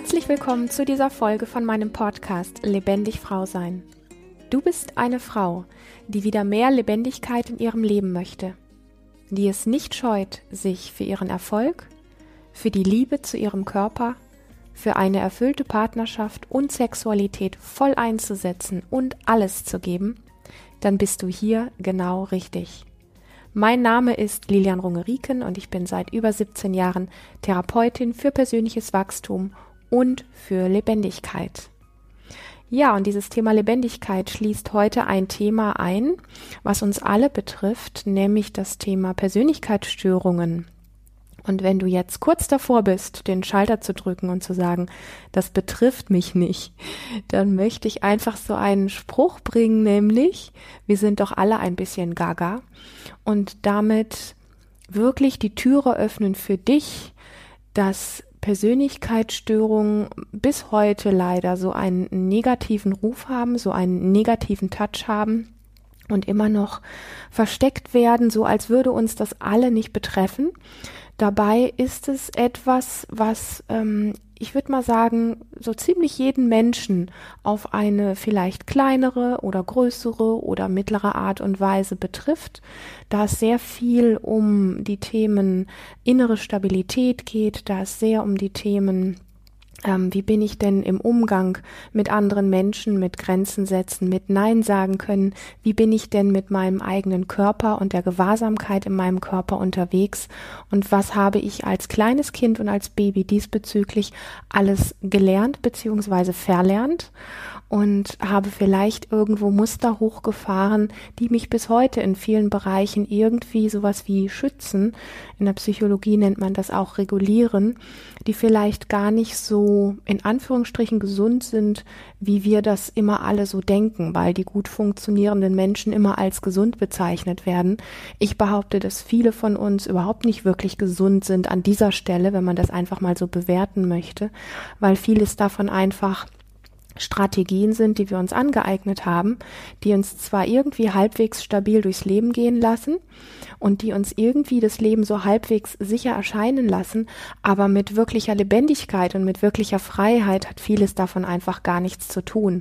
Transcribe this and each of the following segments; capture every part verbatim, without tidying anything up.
Herzlich willkommen zu dieser Folge von meinem Podcast Lebendig Frau sein. Du bist eine Frau, die wieder mehr Lebendigkeit in ihrem Leben möchte, die es nicht scheut, sich für ihren Erfolg, für die Liebe zu ihrem Körper, für eine erfüllte Partnerschaft und Sexualität voll einzusetzen und alles zu geben, dann bist du hier genau richtig. Mein Name ist Lilian Runge-Rieken und ich bin seit über siebzehn Jahren Therapeutin für persönliches Wachstum und für Lebendigkeit. Ja, und dieses Thema Lebendigkeit schließt heute ein Thema ein, was uns alle betrifft, nämlich das Thema Persönlichkeitsstörungen. Und wenn du jetzt kurz davor bist, den Schalter zu drücken und zu sagen, das betrifft mich nicht, dann möchte ich einfach so einen Spruch bringen, nämlich, wir sind doch alle ein bisschen gaga, und damit wirklich die Türe öffnen für dich, dass Persönlichkeitsstörungen bis heute leider so einen negativen Ruf haben, so einen negativen Touch haben und immer noch versteckt werden, so als würde uns das alle nicht betreffen. Dabei ist es etwas, was, ähm, ich würde mal sagen, so ziemlich jeden Menschen auf eine vielleicht kleinere oder größere oder mittlere Art und Weise betrifft, da es sehr viel um die Themen innere Stabilität geht, da es sehr um die Themen Ähm, wie bin ich denn im Umgang mit anderen Menschen, mit Grenzen setzen, mit Nein sagen können? Wie bin ich denn mit meinem eigenen Körper und der Gewahrsamkeit in meinem Körper unterwegs? Und was habe ich als kleines Kind und als Baby diesbezüglich alles gelernt bzw. verlernt? Und habe vielleicht irgendwo Muster hochgefahren, die mich bis heute in vielen Bereichen irgendwie sowas wie schützen. In der Psychologie nennt man das auch regulieren, die vielleicht gar nicht so in Anführungsstrichen gesund sind, wie wir das immer alle so denken, weil die gut funktionierenden Menschen immer als gesund bezeichnet werden. Ich behaupte, dass viele von uns überhaupt nicht wirklich gesund sind an dieser Stelle, wenn man das einfach mal so bewerten möchte, weil vieles davon einfach Strategien sind, die wir uns angeeignet haben, die uns zwar irgendwie halbwegs stabil durchs Leben gehen lassen und die uns irgendwie das Leben so halbwegs sicher erscheinen lassen, aber mit wirklicher Lebendigkeit und mit wirklicher Freiheit hat vieles davon einfach gar nichts zu tun.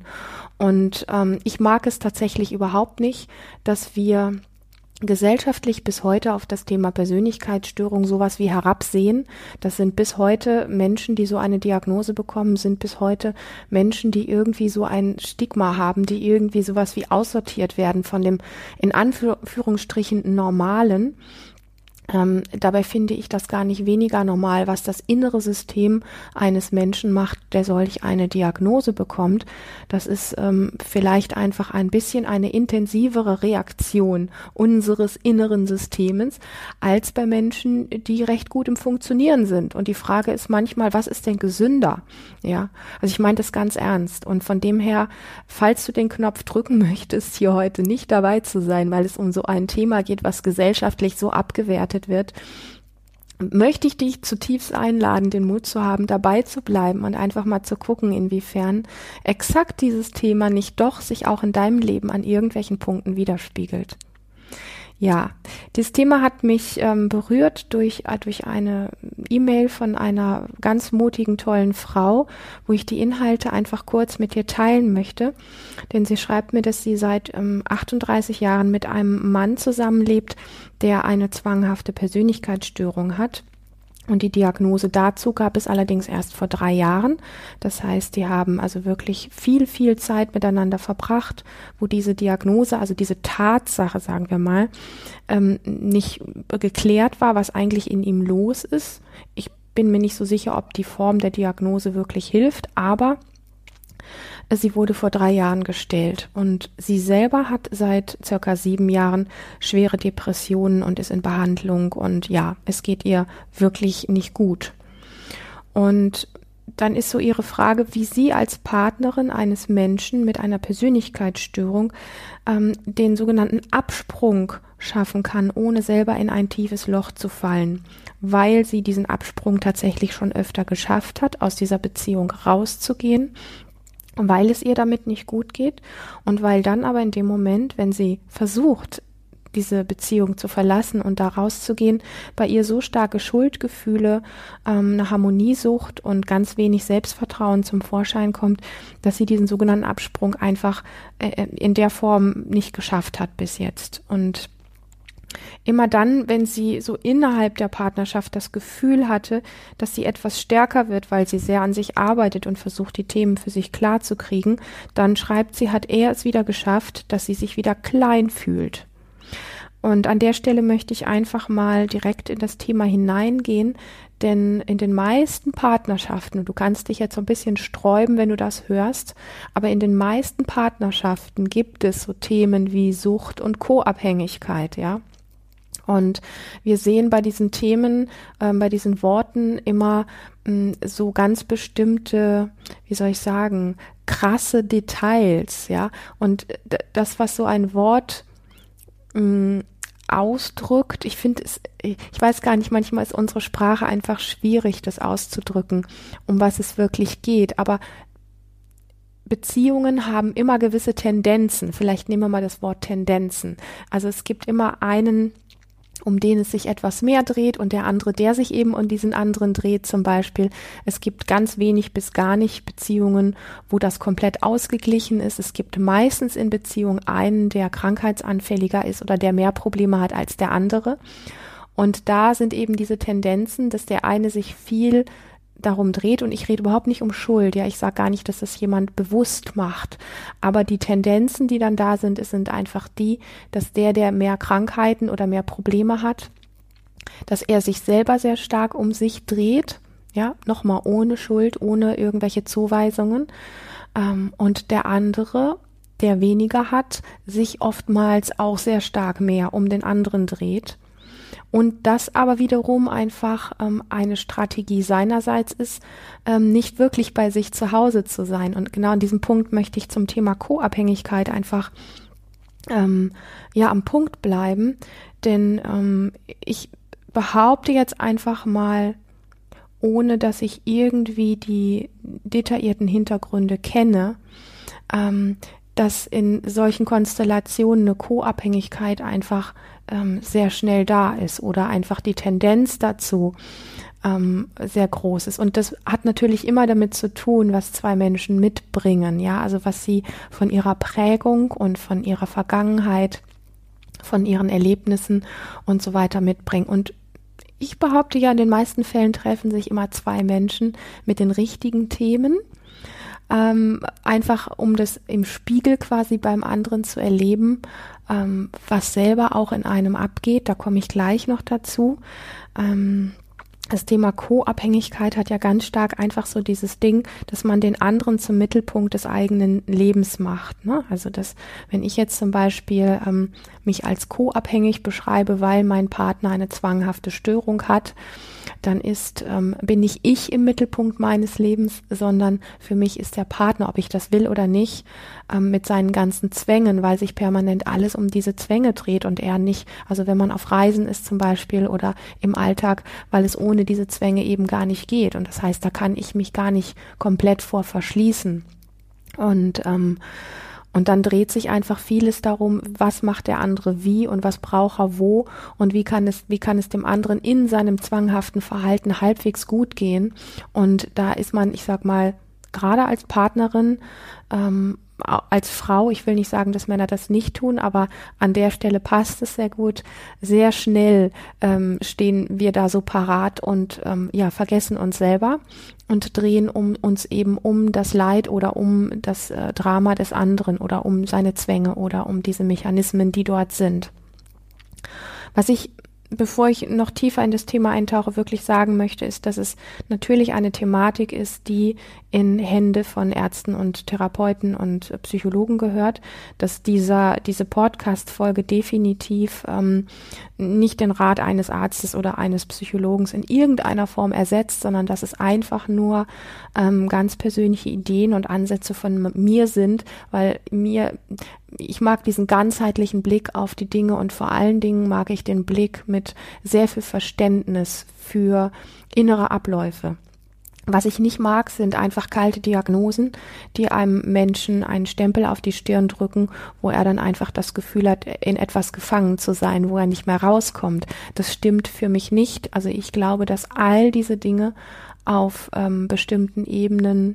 Und ähm, ich mag es tatsächlich überhaupt nicht, dass wir gesellschaftlich bis heute auf das Thema Persönlichkeitsstörung sowas wie herabsehen. Das sind bis heute Menschen, die so eine Diagnose bekommen, sind bis heute Menschen, die irgendwie so ein Stigma haben, die irgendwie sowas wie aussortiert werden von dem in Anführungsstrichen Normalen. Ähm, dabei finde ich das gar nicht weniger normal, was das innere System eines Menschen macht, der solch eine Diagnose bekommt. Das ist ähm, vielleicht einfach ein bisschen eine intensivere Reaktion unseres inneren Systems als bei Menschen, die recht gut im Funktionieren sind. Und die Frage ist manchmal, was ist denn gesünder? Ja, also ich meine das ganz ernst. Und von dem her, falls du den Knopf drücken möchtest, hier heute nicht dabei zu sein, weil es um so ein Thema geht, was gesellschaftlich so abgewertet wird, möchte ich dich zutiefst einladen, den Mut zu haben, dabei zu bleiben und einfach mal zu gucken, inwiefern exakt dieses Thema nicht doch sich auch in deinem Leben an irgendwelchen Punkten widerspiegelt. Ja, dieses Thema hat mich ähm, berührt durch, äh, durch eine E-Mail von einer ganz mutigen, tollen Frau, wo ich die Inhalte einfach kurz mit dir teilen möchte. Denn sie schreibt mir, dass sie seit ähm, achtunddreißig Jahren mit einem Mann zusammenlebt, der eine zwanghafte Persönlichkeitsstörung hat. Und die Diagnose dazu gab es allerdings erst vor drei Jahren. Das heißt, die haben also wirklich viel, viel Zeit miteinander verbracht, wo diese Diagnose, also diese Tatsache, sagen wir mal, ähm, nicht geklärt war, was eigentlich in ihm los ist. Ich bin mir nicht so sicher, ob die Form der Diagnose wirklich hilft, aber sie wurde vor drei Jahren gestellt und sie selber hat seit circa sieben Jahren schwere Depressionen und ist in Behandlung und ja, es geht ihr wirklich nicht gut. Und dann ist so ihre Frage, wie sie als Partnerin eines Menschen mit einer Persönlichkeitsstörung ähm, den sogenannten Absprung schaffen kann, ohne selber in ein tiefes Loch zu fallen, weil sie diesen Absprung tatsächlich schon öfter geschafft hat, aus dieser Beziehung rauszugehen, weil es ihr damit nicht gut geht und weil dann aber in dem Moment, wenn sie versucht, diese Beziehung zu verlassen und da rauszugehen, bei ihr so starke Schuldgefühle, ähm, eine Harmoniesucht und ganz wenig Selbstvertrauen zum Vorschein kommt, dass sie diesen sogenannten Absprung einfach äh, in der Form nicht geschafft hat bis jetzt. Und immer dann, wenn sie so innerhalb der Partnerschaft das Gefühl hatte, dass sie etwas stärker wird, weil sie sehr an sich arbeitet und versucht, die Themen für sich klar zu kriegen, dann schreibt sie, hat er es wieder geschafft, dass sie sich wieder klein fühlt. Und an der Stelle möchte ich einfach mal direkt in das Thema hineingehen, denn in den meisten Partnerschaften, und du kannst dich jetzt so ein bisschen sträuben, wenn du das hörst, aber in den meisten Partnerschaften gibt es so Themen wie Sucht und Co-Abhängigkeit, ja. Und wir sehen bei diesen Themen, äh, bei diesen Worten immer mh, so ganz bestimmte, wie soll ich sagen, krasse Details, ja. Und d- das, was so ein Wort mh, ausdrückt, ich finde es, ich weiß gar nicht, manchmal ist unsere Sprache einfach schwierig, das auszudrücken, um was es wirklich geht. Aber Beziehungen haben immer gewisse Tendenzen. Vielleicht nehmen wir mal das Wort Tendenzen. Also es gibt immer einen, um den es sich etwas mehr dreht und der andere, der sich eben um diesen anderen dreht zum Beispiel. Es gibt ganz wenig bis gar nicht Beziehungen, wo das komplett ausgeglichen ist. Es gibt meistens in Beziehungen einen, der krankheitsanfälliger ist oder der mehr Probleme hat als der andere. Und da sind eben diese Tendenzen, dass der eine sich viel darum dreht, und ich rede überhaupt nicht um Schuld, ja, ich sage gar nicht, dass das jemand bewusst macht, aber die Tendenzen, die dann da sind, es sind einfach die, dass der, der mehr Krankheiten oder mehr Probleme hat, dass er sich selber sehr stark um sich dreht, ja, nochmal ohne Schuld, ohne irgendwelche Zuweisungen, ähm, und der andere, der weniger hat, sich oftmals auch sehr stark mehr um den anderen dreht. Und das aber wiederum einfach ähm, eine Strategie seinerseits ist, ähm, nicht wirklich bei sich zu Hause zu sein. Und genau an diesem Punkt möchte ich zum Thema Co-Abhängigkeit einfach ähm, ja am Punkt bleiben. Denn ähm, ich behaupte jetzt einfach mal, ohne dass ich irgendwie die detaillierten Hintergründe kenne, ähm, dass in solchen Konstellationen eine Co-Abhängigkeit einfach ähm, sehr schnell da ist oder einfach die Tendenz dazu ähm, sehr groß ist. Und das hat natürlich immer damit zu tun, was zwei Menschen mitbringen, ja, also was sie von ihrer Prägung und von ihrer Vergangenheit, von ihren Erlebnissen und so weiter mitbringen. Und ich behaupte ja, in den meisten Fällen treffen sich immer zwei Menschen mit den richtigen Themen, Ähm, einfach um das im Spiegel quasi beim anderen zu erleben, ähm, was selber auch in einem abgeht. Da komme ich gleich noch dazu. Ähm, das Thema Co-Abhängigkeit hat ja ganz stark einfach so dieses Ding, dass man den anderen zum Mittelpunkt des eigenen Lebens macht, ne? Also dass, wenn ich jetzt zum Beispiel ähm, mich als co-abhängig beschreibe, weil mein Partner eine zwanghafte Störung hat, dann ist, ähm, bin nicht ich im Mittelpunkt meines Lebens, sondern für mich ist der Partner, ob ich das will oder nicht, ähm, mit seinen ganzen Zwängen, weil sich permanent alles um diese Zwänge dreht und er nicht, also wenn man auf Reisen ist zum Beispiel oder im Alltag, weil es ohne diese Zwänge eben gar nicht geht. Und das heißt, da kann ich mich gar nicht komplett vor verschließen. Und ähm, Und dann dreht sich einfach vieles darum, was macht der andere wie und was braucht er wo und wie kann es, wie kann es dem anderen in seinem zwanghaften Verhalten halbwegs gut gehen. Und da ist man, ich sag mal, gerade als Partnerin, ähm, als Frau, ich will nicht sagen, dass Männer das nicht tun, aber an der Stelle passt es sehr gut. Sehr schnell ähm, stehen wir da so parat und ähm, ja, vergessen uns selber und drehen um uns eben um das Leid oder um das äh, Drama des anderen oder um seine Zwänge oder um diese Mechanismen, die dort sind. Was ich, bevor ich noch tiefer in das Thema eintauche, wirklich sagen möchte, ist, dass es natürlich eine Thematik ist, die in Hände von Ärzten und Therapeuten und Psychologen gehört, dass dieser diese Podcast-Folge definitiv ähm, nicht den Rat eines Arztes oder eines Psychologen in irgendeiner Form ersetzt, sondern dass es einfach nur ähm, ganz persönliche Ideen und Ansätze von mir sind, weil mir ich mag diesen ganzheitlichen Blick auf die Dinge und vor allen Dingen mag ich den Blick mit sehr viel Verständnis für innere Abläufe. Was ich nicht mag, sind einfach kalte Diagnosen, die einem Menschen einen Stempel auf die Stirn drücken, wo er dann einfach das Gefühl hat, in etwas gefangen zu sein, wo er nicht mehr rauskommt. Das stimmt für mich nicht. Also ich glaube, dass all diese Dinge auf ähm, bestimmten Ebenen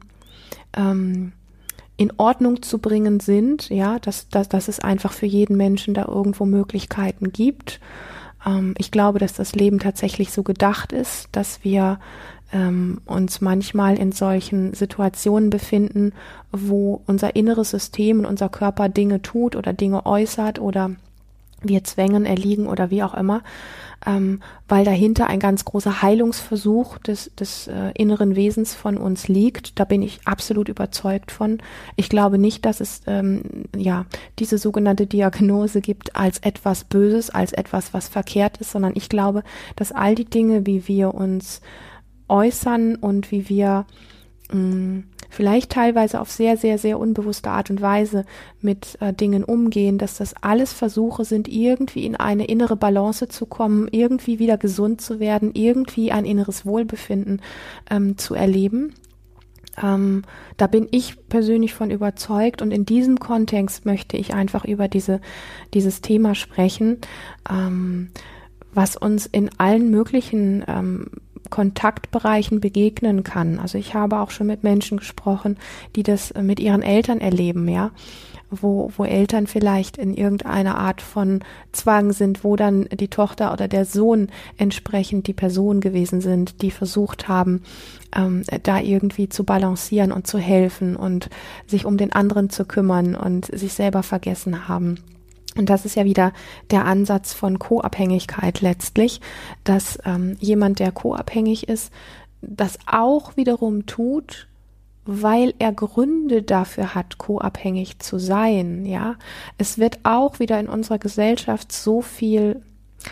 ähm, in Ordnung zu bringen sind, ja, dass, dass, dass es einfach für jeden Menschen da irgendwo Möglichkeiten gibt. Ähm, ich glaube, dass das Leben tatsächlich so gedacht ist, dass wir ähm, uns manchmal in solchen Situationen befinden, wo unser inneres System und unser Körper Dinge tut oder Dinge äußert oder wir Zwängen erliegen oder wie auch immer, ähm, weil dahinter ein ganz großer Heilungsversuch des, des äh, inneren Wesens von uns liegt. Da bin ich absolut überzeugt von. Ich glaube nicht, dass es ähm, ja diese sogenannte Diagnose gibt als etwas Böses, als etwas, was verkehrt ist, sondern ich glaube, dass all die Dinge, wie wir uns äußern und wie wir mh, vielleicht teilweise auf sehr, sehr, sehr unbewusste Art und Weise mit äh, Dingen umgehen, dass das alles Versuche sind, irgendwie in eine innere Balance zu kommen, irgendwie wieder gesund zu werden, irgendwie ein inneres Wohlbefinden ähm, zu erleben. Ähm, da bin ich persönlich von überzeugt und in diesem Kontext möchte ich einfach über diese, dieses Thema sprechen, ähm, was uns in allen möglichen ähm, Kontaktbereichen begegnen kann. Also ich habe auch schon mit Menschen gesprochen, die das mit ihren Eltern erleben, ja, wo, wo Eltern vielleicht in irgendeiner Art von Zwang sind, wo dann die Tochter oder der Sohn entsprechend die Person gewesen sind, die versucht haben, ähm, da irgendwie zu balancieren und zu helfen und sich um den anderen zu kümmern und sich selber vergessen haben. Und das ist ja wieder der Ansatz von Co-Abhängigkeit letztlich, dass ähm, jemand, der co-abhängig ist, das auch wiederum tut, weil er Gründe dafür hat, co-abhängig zu sein. Ja, es wird auch wieder in unserer Gesellschaft so viel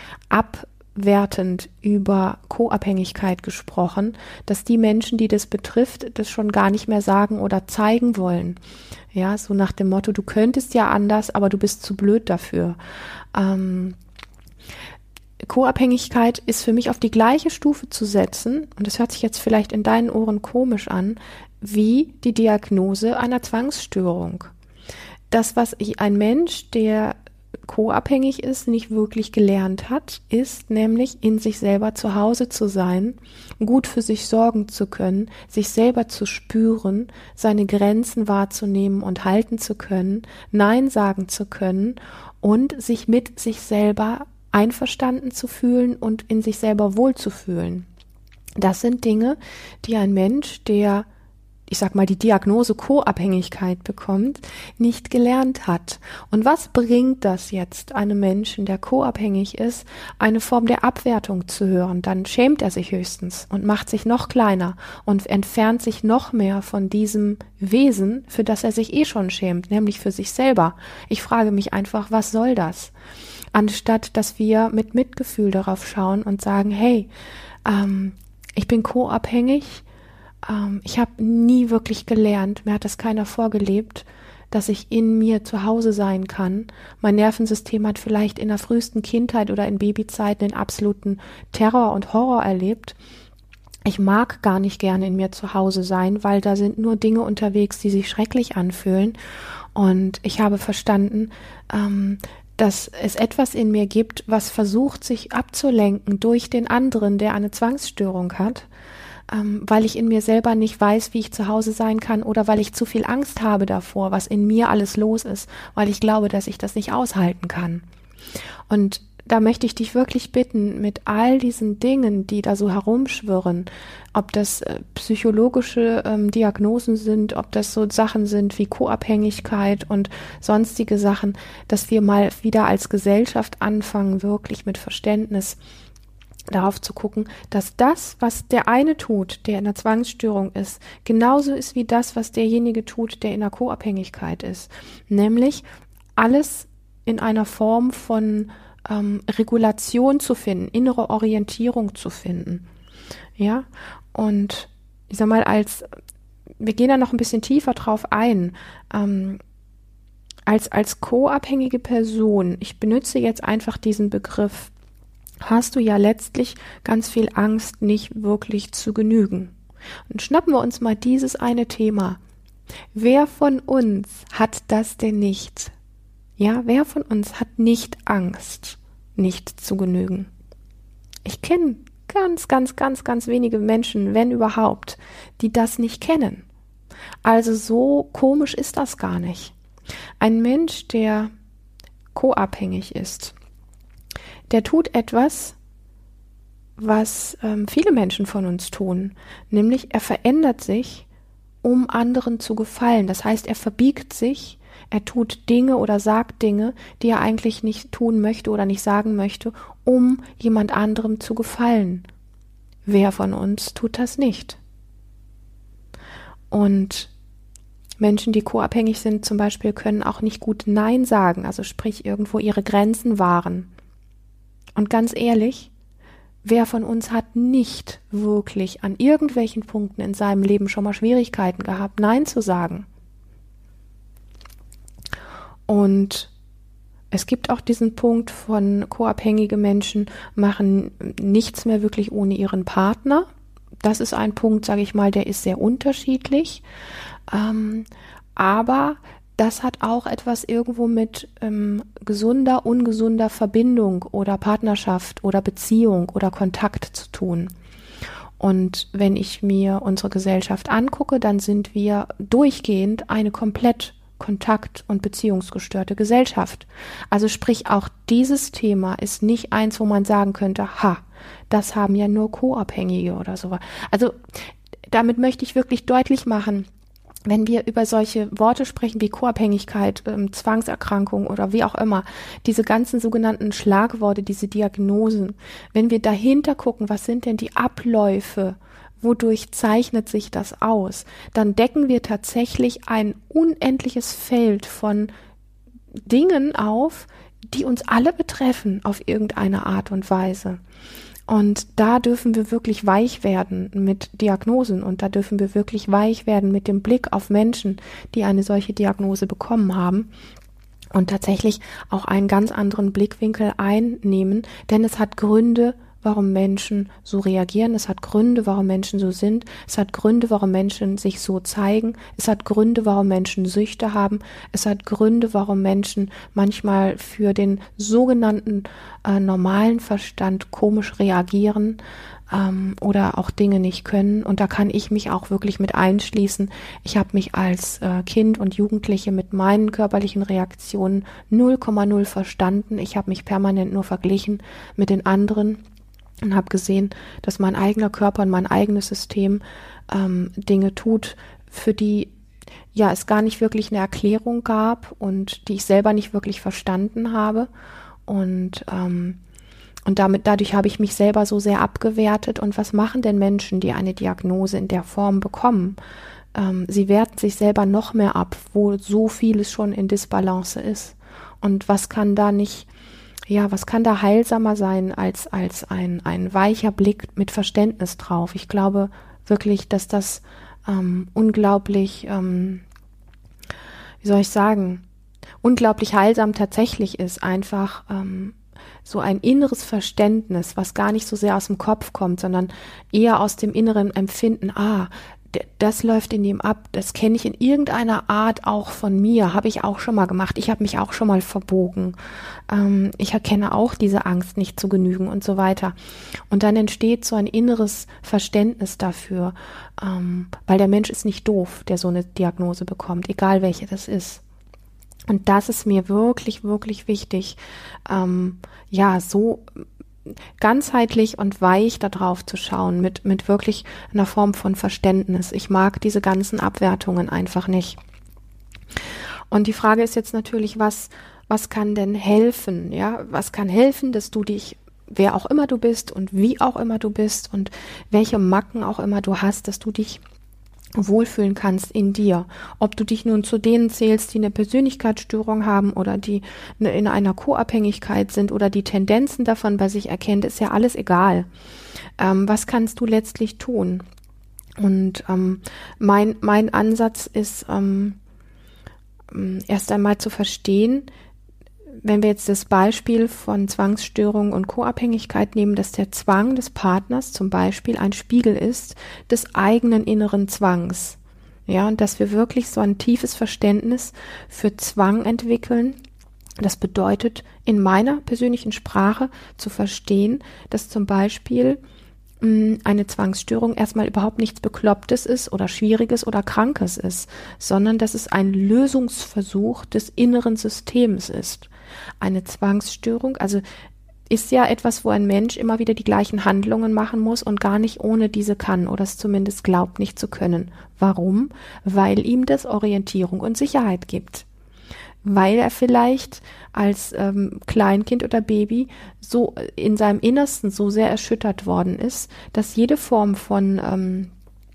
abwertend über Co-Abhängigkeit gesprochen, dass die Menschen, die das betrifft, das schon gar nicht mehr sagen oder zeigen wollen. Ja, so nach dem Motto, du könntest ja anders, aber du bist zu blöd dafür. Ähm, Co-Abhängigkeit ist für mich auf die gleiche Stufe zu setzen, und das hört sich jetzt vielleicht in deinen Ohren komisch an, wie die Diagnose einer Zwangsstörung. Das, was ich, ein Mensch, der co-abhängig ist, nicht wirklich gelernt hat, ist nämlich in sich selber zu Hause zu sein, gut für sich sorgen zu können, sich selber zu spüren, seine Grenzen wahrzunehmen und halten zu können, Nein sagen zu können und sich mit sich selber einverstanden zu fühlen und in sich selber wohlzufühlen. Das sind Dinge, die ein Mensch, der ich sag mal, die Diagnose Co-Abhängigkeit bekommt, nicht gelernt hat. Und was bringt das jetzt einem Menschen, der co-abhängig ist, eine Form der Abwertung zu hören? Dann schämt er sich höchstens und macht sich noch kleiner und entfernt sich noch mehr von diesem Wesen, für das er sich eh schon schämt, nämlich für sich selber. Ich frage mich einfach, was soll das? Anstatt, dass wir mit Mitgefühl darauf schauen und sagen, hey, ähm, ich bin co-abhängig, ich habe nie wirklich gelernt, mir hat das keiner vorgelebt, dass ich in mir zu Hause sein kann. Mein Nervensystem hat vielleicht in der frühesten Kindheit oder in Babyzeiten den absoluten Terror und Horror erlebt. Ich mag gar nicht gerne in mir zu Hause sein, weil da sind nur Dinge unterwegs, die sich schrecklich anfühlen. Und ich habe verstanden, ähm, dass es etwas in mir gibt, was versucht, sich abzulenken durch den anderen, der eine Zwangsstörung hat, weil ich in mir selber nicht weiß, wie ich zu Hause sein kann oder weil ich zu viel Angst habe davor, was in mir alles los ist, weil ich glaube, dass ich das nicht aushalten kann. Und da möchte ich dich wirklich bitten, mit all diesen Dingen, die da so herumschwirren, ob das äh, psychologische ähm, Diagnosen sind, ob das so Sachen sind wie Co-Abhängigkeit und sonstige Sachen, dass wir mal wieder als Gesellschaft anfangen, wirklich mit Verständnis darauf zu gucken, dass das, was der eine tut, der in einer Zwangsstörung ist, genauso ist wie das, was derjenige tut, der in einer Co-Abhängigkeit ist. Nämlich alles in einer Form von ähm, Regulation zu finden, innere Orientierung zu finden. Ja, und ich sag mal, als wir gehen da noch ein bisschen tiefer drauf ein, ähm, als, als co-abhängige Person, ich benutze jetzt einfach diesen Begriff, hast du ja letztlich ganz viel Angst, nicht wirklich zu genügen. Und schnappen wir uns mal dieses eine Thema. Wer von uns hat das denn nicht? Ja, wer von uns hat nicht Angst, nicht zu genügen? Ich kenne ganz, ganz, ganz, ganz wenige Menschen, wenn überhaupt, die das nicht kennen. Also so komisch ist das gar nicht. Ein Mensch, der co-abhängig ist, der tut etwas, was ähm, viele Menschen von uns tun, nämlich er verändert sich, um anderen zu gefallen. Das heißt, er verbiegt sich, er tut Dinge oder sagt Dinge, die er eigentlich nicht tun möchte oder nicht sagen möchte, um jemand anderem zu gefallen. Wer von uns tut das nicht? Und Menschen, die co-abhängig sind zum Beispiel, können auch nicht gut Nein sagen, also sprich irgendwo ihre Grenzen wahren. Und ganz ehrlich, wer von uns hat nicht wirklich an irgendwelchen Punkten in seinem Leben schon mal Schwierigkeiten gehabt, Nein zu sagen? Und es gibt auch diesen Punkt von co-abhängige Menschen machen nichts mehr wirklich ohne ihren Partner. Das ist ein Punkt, sage ich mal, der ist sehr unterschiedlich. Ähm, aber das hat auch etwas irgendwo mit ähm, gesunder, ungesunder Verbindung oder Partnerschaft oder Beziehung oder Kontakt zu tun. Und wenn ich mir unsere Gesellschaft angucke, dann sind wir durchgehend eine komplett kontakt- und beziehungsgestörte Gesellschaft. Also sprich, auch dieses Thema ist nicht eins, wo man sagen könnte, ha, das haben ja nur Co-Abhängige oder so. Also damit möchte ich wirklich deutlich machen, wenn wir über solche Worte sprechen wie Co-Abhängigkeit, ähm, Zwangserkrankung oder wie auch immer, diese ganzen sogenannten Schlagworte, diese Diagnosen, wenn wir dahinter gucken, was sind denn die Abläufe, wodurch zeichnet sich das aus, dann decken wir tatsächlich ein unendliches Feld von Dingen auf, die uns alle betreffen auf irgendeine Art und Weise. Und da dürfen wir wirklich weich werden mit Diagnosen und da dürfen wir wirklich weich werden mit dem Blick auf Menschen, die eine solche Diagnose bekommen haben und tatsächlich auch einen ganz anderen Blickwinkel einnehmen, denn es hat Gründe, warum Menschen so reagieren, es hat Gründe, warum Menschen so sind, es hat Gründe, warum Menschen sich so zeigen, es hat Gründe, warum Menschen Süchte haben, es hat Gründe, warum Menschen manchmal für den sogenannten äh, normalen Verstand komisch reagieren ähm, oder auch Dinge nicht können. Und da kann ich mich auch wirklich mit einschließen. Ich habe mich als äh, Kind und Jugendliche mit meinen körperlichen Reaktionen null Komma null verstanden. Ich habe mich permanent nur verglichen mit den anderen und habe gesehen, dass mein eigener Körper und mein eigenes System ähm, Dinge tut, für die ja es gar nicht wirklich eine Erklärung gab und die ich selber nicht wirklich verstanden habe. Und ähm, und damit dadurch habe ich mich selber so sehr abgewertet. Und was machen denn Menschen, die eine Diagnose in der Form bekommen? Ähm, sie werten sich selber noch mehr ab, wo so vieles schon in Disbalance ist. Und was kann da nicht Ja, was kann da heilsamer sein als, als ein, ein weicher Blick mit Verständnis drauf? Ich glaube wirklich, dass das ähm, unglaublich, ähm, wie soll ich sagen, unglaublich heilsam tatsächlich ist. Einfach ähm, so ein inneres Verständnis, was gar nicht so sehr aus dem Kopf kommt, sondern eher aus dem inneren Empfinden. Ah, das läuft in ihm ab, das kenne ich in irgendeiner Art auch von mir, habe ich auch schon mal gemacht, ich habe mich auch schon mal verbogen, ähm, ich erkenne auch diese Angst, nicht zu genügen und so weiter. Und dann entsteht so ein inneres Verständnis dafür, ähm, weil der Mensch ist nicht doof, der so eine Diagnose bekommt, egal welche das ist. Und das ist mir wirklich, wirklich wichtig, ähm, ja, so ganzheitlich und weich darauf zu schauen, mit, mit wirklich einer Form von Verständnis. Ich mag diese ganzen Abwertungen einfach nicht. Und die Frage ist jetzt natürlich, was, was kann denn helfen? Ja, was kann helfen, dass du dich, wer auch immer du bist und wie auch immer du bist und welche Macken auch immer du hast, dass du dich wohlfühlen kannst in dir. Ob du dich nun zu denen zählst, die eine Persönlichkeitsstörung haben oder die in einer Co-Abhängigkeit sind oder die Tendenzen davon bei sich erkennt, ist ja alles egal. Ähm, was kannst du letztlich tun? Und ähm, mein, mein Ansatz ist, ähm, erst einmal zu verstehen, wenn wir jetzt das Beispiel von Zwangsstörung und Co-Abhängigkeit nehmen, dass der Zwang des Partners zum Beispiel ein Spiegel ist des eigenen inneren Zwangs. Ja, und dass wir wirklich so ein tiefes Verständnis für Zwang entwickeln. Das bedeutet, in meiner persönlichen Sprache zu verstehen, dass zum Beispiel mh, eine Zwangsstörung erstmal überhaupt nichts Beklopptes ist oder Schwieriges oder Krankes ist, sondern dass es ein Lösungsversuch des inneren Systems ist. Eine Zwangsstörung, also ist ja etwas, wo ein Mensch immer wieder die gleichen Handlungen machen muss und gar nicht ohne diese kann oder es zumindest glaubt nicht zu können. Warum? Weil ihm das Orientierung und Sicherheit gibt. Weil er vielleicht als ähm, Kleinkind oder Baby so in seinem Innersten so sehr erschüttert worden ist, dass jede Form von ähm,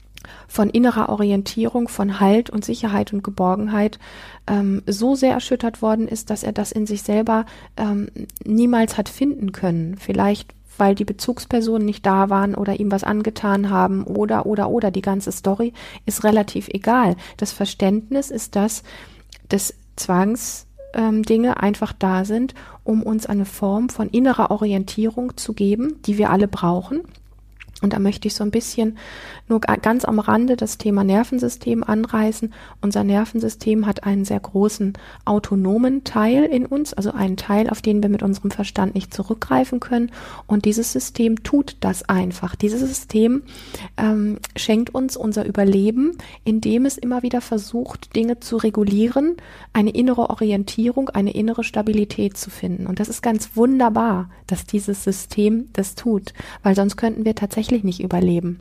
von innerer Orientierung, von Halt und Sicherheit und Geborgenheit ähm, so sehr erschüttert worden ist, dass er das in sich selber ähm, niemals hat finden können. Vielleicht weil die Bezugspersonen nicht da waren oder ihm was angetan haben oder, oder, oder. Die ganze Story ist relativ egal. Das Verständnis ist das, dass Zwangsdinge ähm, einfach da sind, um uns eine Form von innerer Orientierung zu geben, die wir alle brauchen. Und da möchte ich so ein bisschen nur ganz am Rande das Thema Nervensystem anreißen. Unser Nervensystem hat einen sehr großen autonomen Teil in uns, also einen Teil, auf den wir mit unserem Verstand nicht zurückgreifen können. Und dieses System tut das einfach. Dieses System ähm, schenkt uns unser Überleben, indem es immer wieder versucht, Dinge zu regulieren, eine innere Orientierung, eine innere Stabilität zu finden. Und das ist ganz wunderbar, dass dieses System das tut, weil sonst könnten wir tatsächlich nicht überleben.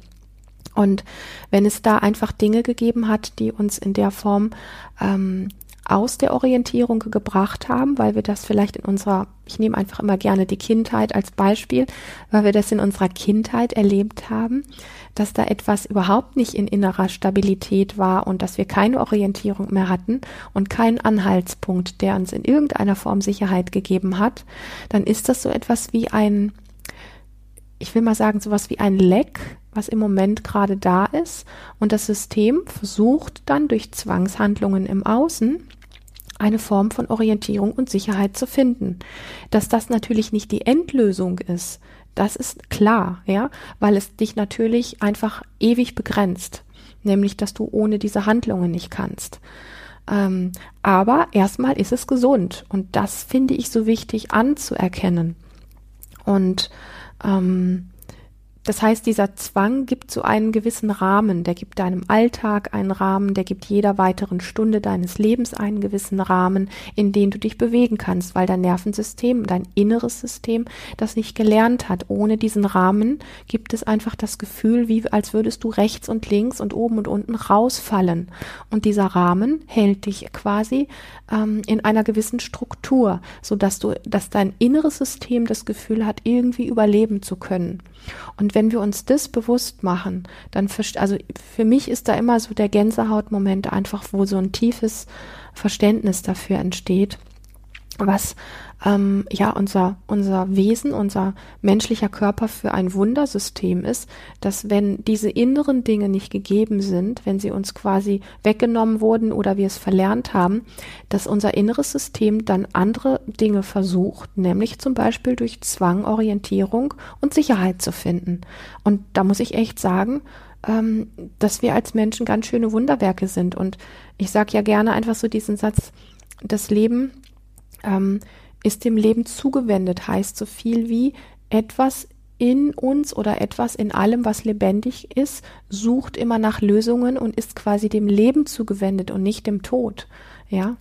Und wenn es da einfach Dinge gegeben hat, die uns in der Form ähm, aus der Orientierung gebracht haben, weil wir das vielleicht in unserer, ich nehme einfach immer gerne die Kindheit als Beispiel, weil wir das in unserer Kindheit erlebt haben, dass da etwas überhaupt nicht in innerer Stabilität war und dass wir keine Orientierung mehr hatten und keinen Anhaltspunkt, der uns in irgendeiner Form Sicherheit gegeben hat, dann ist das so etwas wie ein, ich will mal sagen, sowas wie ein Leck, was im Moment gerade da ist, und das System versucht dann durch Zwangshandlungen im Außen eine Form von Orientierung und Sicherheit zu finden. Dass das natürlich nicht die Endlösung ist, das ist klar, ja, weil es dich natürlich einfach ewig begrenzt, nämlich, dass du ohne diese Handlungen nicht kannst. Ähm, aber erstmal ist es gesund und das finde ich so wichtig anzuerkennen. Und ähm, das heißt, dieser Zwang gibt so einen gewissen Rahmen, der gibt deinem Alltag einen Rahmen, der gibt jeder weiteren Stunde deines Lebens einen gewissen Rahmen, in den du dich bewegen kannst, weil dein Nervensystem, dein inneres System das nicht gelernt hat. Ohne diesen Rahmen gibt es einfach das Gefühl, wie als würdest du rechts und links und oben und unten rausfallen. Und dieser Rahmen hält dich quasi ähm, in einer gewissen Struktur, sodass du, dass dein inneres System das Gefühl hat, irgendwie überleben zu können. Und wenn wir uns das bewusst machen, dann, also für mich ist da immer so der Gänsehautmoment einfach, wo so ein tiefes Verständnis dafür entsteht, was ähm, ja unser unser Wesen, unser menschlicher Körper für ein Wundersystem ist, dass wenn diese inneren Dinge nicht gegeben sind, wenn sie uns quasi weggenommen wurden oder wir es verlernt haben, dass unser inneres System dann andere Dinge versucht, nämlich zum Beispiel durch Zwang, Orientierung und Sicherheit zu finden. Und da muss ich echt sagen, ähm, dass wir als Menschen ganz schöne Wunderwerke sind. Und ich sage ja gerne einfach so diesen Satz, das Leben ähm, ist dem Leben zugewendet, heißt so viel wie etwas in uns oder etwas in allem, was lebendig ist, sucht immer nach Lösungen und ist quasi dem Leben zugewendet und nicht dem Tod, ja.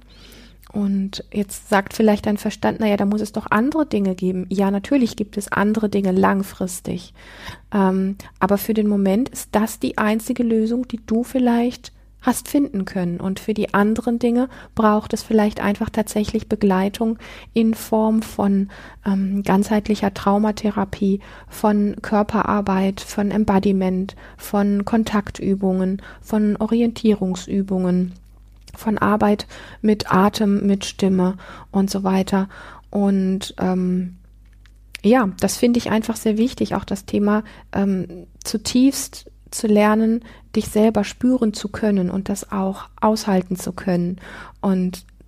Und jetzt sagt vielleicht dein Verstand, naja, da muss es doch andere Dinge geben. Ja, natürlich gibt es andere Dinge langfristig. Ähm, aber für den Moment ist das die einzige Lösung, die du vielleicht hast finden können. Und für die anderen Dinge braucht es vielleicht einfach tatsächlich Begleitung in Form von ähm, ganzheitlicher Traumatherapie, von Körperarbeit, von Embodiment, von Kontaktübungen, von Orientierungsübungen, von Arbeit mit Atem, mit Stimme und so weiter. Und ähm, ja, das finde ich einfach sehr wichtig, auch das Thema ähm, zutiefst zu lernen, dich selber spüren zu können und das auch aushalten zu können und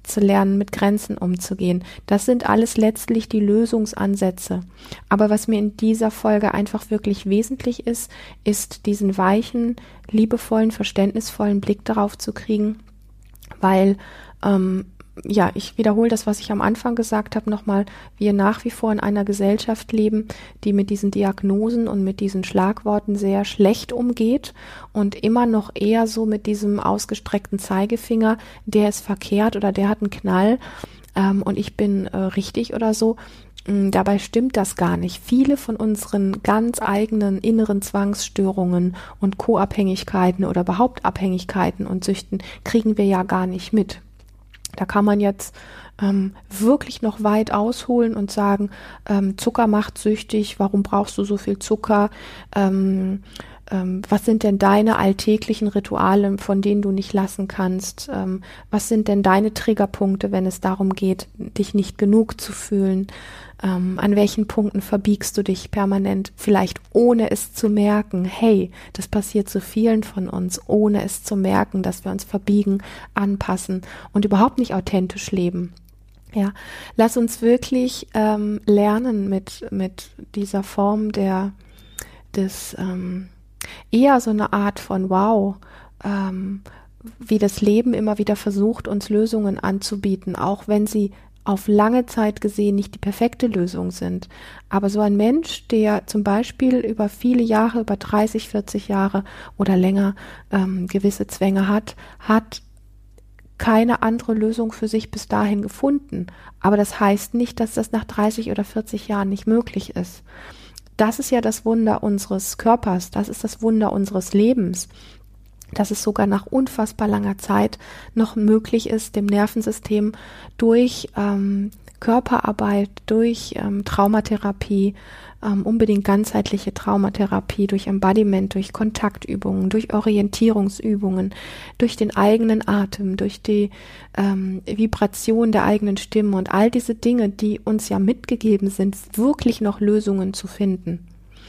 zu lernen, mit Grenzen umzugehen. Das sind alles letztlich die Lösungsansätze. Aber was mir in dieser Folge einfach wirklich wesentlich ist, ist diesen weichen, liebevollen, verständnisvollen Blick darauf zu kriegen, weil ähm, ja, ich wiederhole das, was ich am Anfang gesagt habe, nochmal, wir nach wie vor in einer Gesellschaft leben, die mit diesen Diagnosen und mit diesen Schlagworten sehr schlecht umgeht und immer noch eher so mit diesem ausgestreckten Zeigefinger, der ist verkehrt oder der hat einen Knall ähm, und ich bin äh, richtig oder so. Dabei stimmt das gar nicht. Viele von unseren ganz eigenen inneren Zwangsstörungen und Co-Abhängigkeiten oder überhaupt Abhängigkeiten und Süchten kriegen wir ja gar nicht mit. Da kann man jetzt ähm, wirklich noch weit ausholen und sagen, ähm, Zucker macht süchtig, warum brauchst du so viel Zucker? Ähm, ähm, was sind denn deine alltäglichen Rituale, von denen du nicht lassen kannst? Ähm, was sind denn deine Triggerpunkte, wenn es darum geht, dich nicht genug zu fühlen? Ähm, an welchen Punkten verbiegst du dich permanent, vielleicht ohne es zu merken? Hey, das passiert zu vielen von uns, ohne es zu merken, dass wir uns verbiegen, anpassen und überhaupt nicht authentisch leben. Ja, lass uns wirklich ähm, lernen mit mit dieser Form der des ähm, eher so eine Art von Wow, ähm, wie das Leben immer wieder versucht, uns Lösungen anzubieten, auch wenn sie auf lange Zeit gesehen nicht die perfekte Lösung sind. Aber so ein Mensch, der zum Beispiel über viele Jahre, über dreißig, vierzig Jahre oder länger ähm, gewisse Zwänge hat, hat keine andere Lösung für sich bis dahin gefunden. Aber das heißt nicht, dass das nach dreißig oder vierzig Jahren nicht möglich ist. Das ist ja das Wunder unseres Körpers, das ist das Wunder unseres Lebens, dass es sogar nach unfassbar langer Zeit noch möglich ist, dem Nervensystem durch ähm, Körperarbeit, durch ähm, Traumatherapie, ähm, unbedingt ganzheitliche Traumatherapie, durch Embodiment, durch Kontaktübungen, durch Orientierungsübungen, durch den eigenen Atem, durch die ähm, Vibration der eigenen Stimme und all diese Dinge, die uns ja mitgegeben sind, wirklich noch Lösungen zu finden.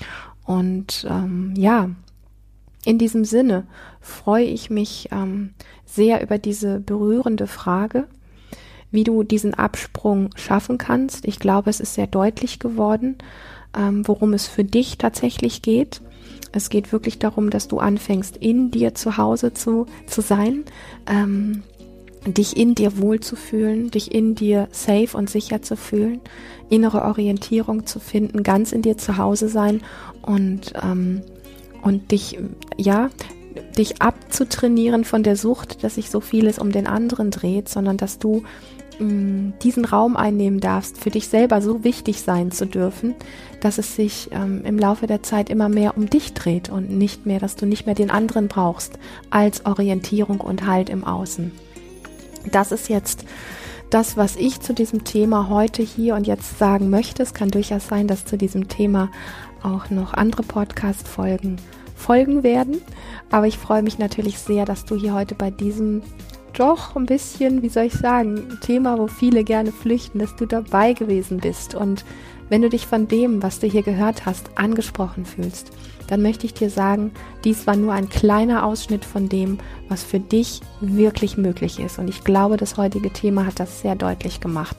Und ähm, ja, in diesem Sinne freue ich mich ähm, sehr über diese berührende Frage, wie du diesen Absprung schaffen kannst. Ich glaube, es ist sehr deutlich geworden, ähm, worum es für dich tatsächlich geht. Es geht wirklich darum, dass du anfängst, in dir zu Hause zu, zu sein, ähm, dich in dir wohlzufühlen, dich in dir safe und sicher zu fühlen, innere Orientierung zu finden, ganz in dir zu Hause sein und ähm, und dich, ja, dich abzutrainieren von der Sucht, dass sich so vieles um den anderen dreht, sondern dass du mh, diesen Raum einnehmen darfst, für dich selber so wichtig sein zu dürfen, dass es sich ähm, im Laufe der Zeit immer mehr um dich dreht und nicht mehr, dass du nicht mehr den anderen brauchst als Orientierung und Halt im Außen. Das ist jetzt das, was ich zu diesem Thema heute hier und jetzt sagen möchte. Es kann durchaus sein, dass zu diesem Thema auch noch andere Podcast-Folgen folgen werden. Aber ich freue mich natürlich sehr, dass du hier heute bei diesem doch ein bisschen, wie soll ich sagen, Thema, wo viele gerne flüchten, dass du dabei gewesen bist. Und wenn du dich von dem, was du hier gehört hast, angesprochen fühlst, dann möchte ich dir sagen, dies war nur ein kleiner Ausschnitt von dem, was für dich wirklich möglich ist. Und ich glaube, das heutige Thema hat das sehr deutlich gemacht.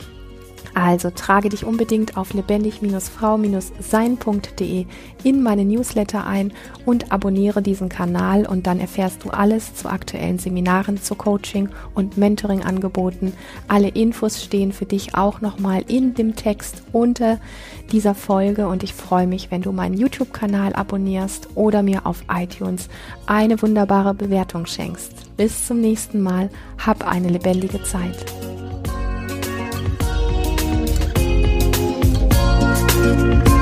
Also trage dich unbedingt auf lebendig Frau sein punkt de in meine Newsletter ein und abonniere diesen Kanal und dann erfährst du alles zu aktuellen Seminaren, zu Coaching und Mentoring-Angeboten. Alle Infos stehen für dich auch nochmal in dem Text unter dieser Folge und ich freue mich, wenn du meinen YouTube-Kanal abonnierst oder mir auf iTunes eine wunderbare Bewertung schenkst. Bis zum nächsten Mal, hab eine lebendige Zeit. Thank you.